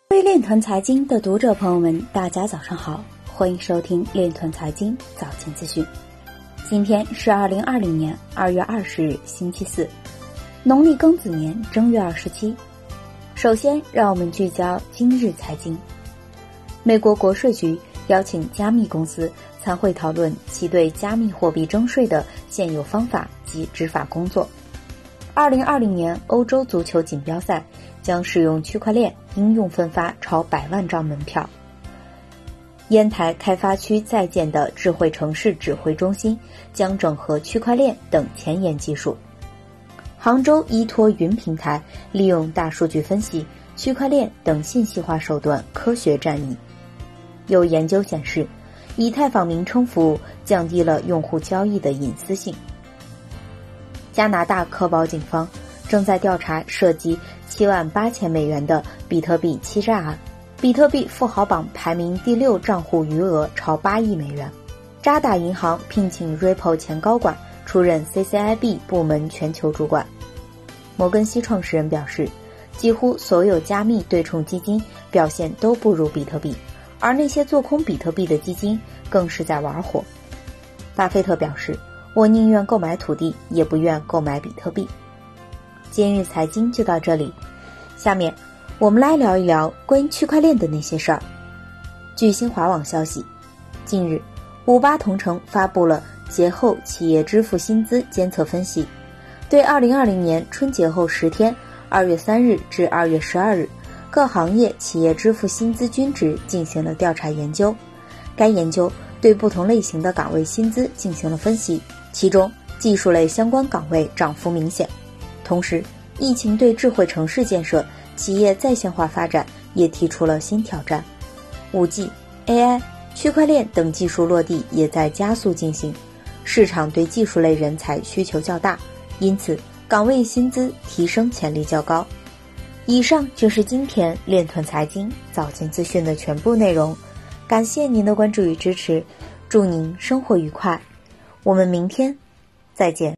各位链团财经的读者朋友们，大家早上好，欢迎收听链团财经早间资讯。今天是2020年2月20日星期四，农历庚子年正月27。首先让我们聚焦今日财经。美国国税局邀请加密公司参会讨论其对加密货币征税的现有方法及执法工作。2020年欧洲足球锦标赛将使用区块链应用分发超100万张门票。烟台开发区在建的智慧城市指挥中心将整合区块链等前沿技术。杭州依托云平台利用大数据分析、区块链等信息化手段科学战役。有研究显示，以太坊名称服务降低了用户交易的隐私性。加拿大科堡警方正在调查涉及78000美元的比特币欺诈案，比特币富豪榜排名第6账户余额超8亿美元。渣打银行聘请 Ripple 前高管出任 CCIB 部门全球主管。摩根西创始人表示，几乎所有加密对冲基金表现都不如比特币，而那些做空比特币的基金更是在玩火。巴菲特表示，我宁愿购买土地，也不愿购买比特币。今日财经就到这里，下面我们来聊一聊关于区块链的那些事儿。据新华网消息，近日58同城发布了节后企业支付薪资监测分析，对2020年春节后10天2月3日至2月12日各行业企业支付薪资均值进行了调查研究。该研究对不同类型的岗位薪资进行了分析，其中技术类相关岗位涨幅明显。同时，疫情对智慧城市建设、企业在线化发展也提出了新挑战。5G、AI、区块链等技术落地也在加速进行，市场对技术类人才需求较大，因此岗位薪资提升潜力较高。以上就是今天链团财经早间资讯的全部内容，感谢您的关注与支持，祝您生活愉快，我们明天再见。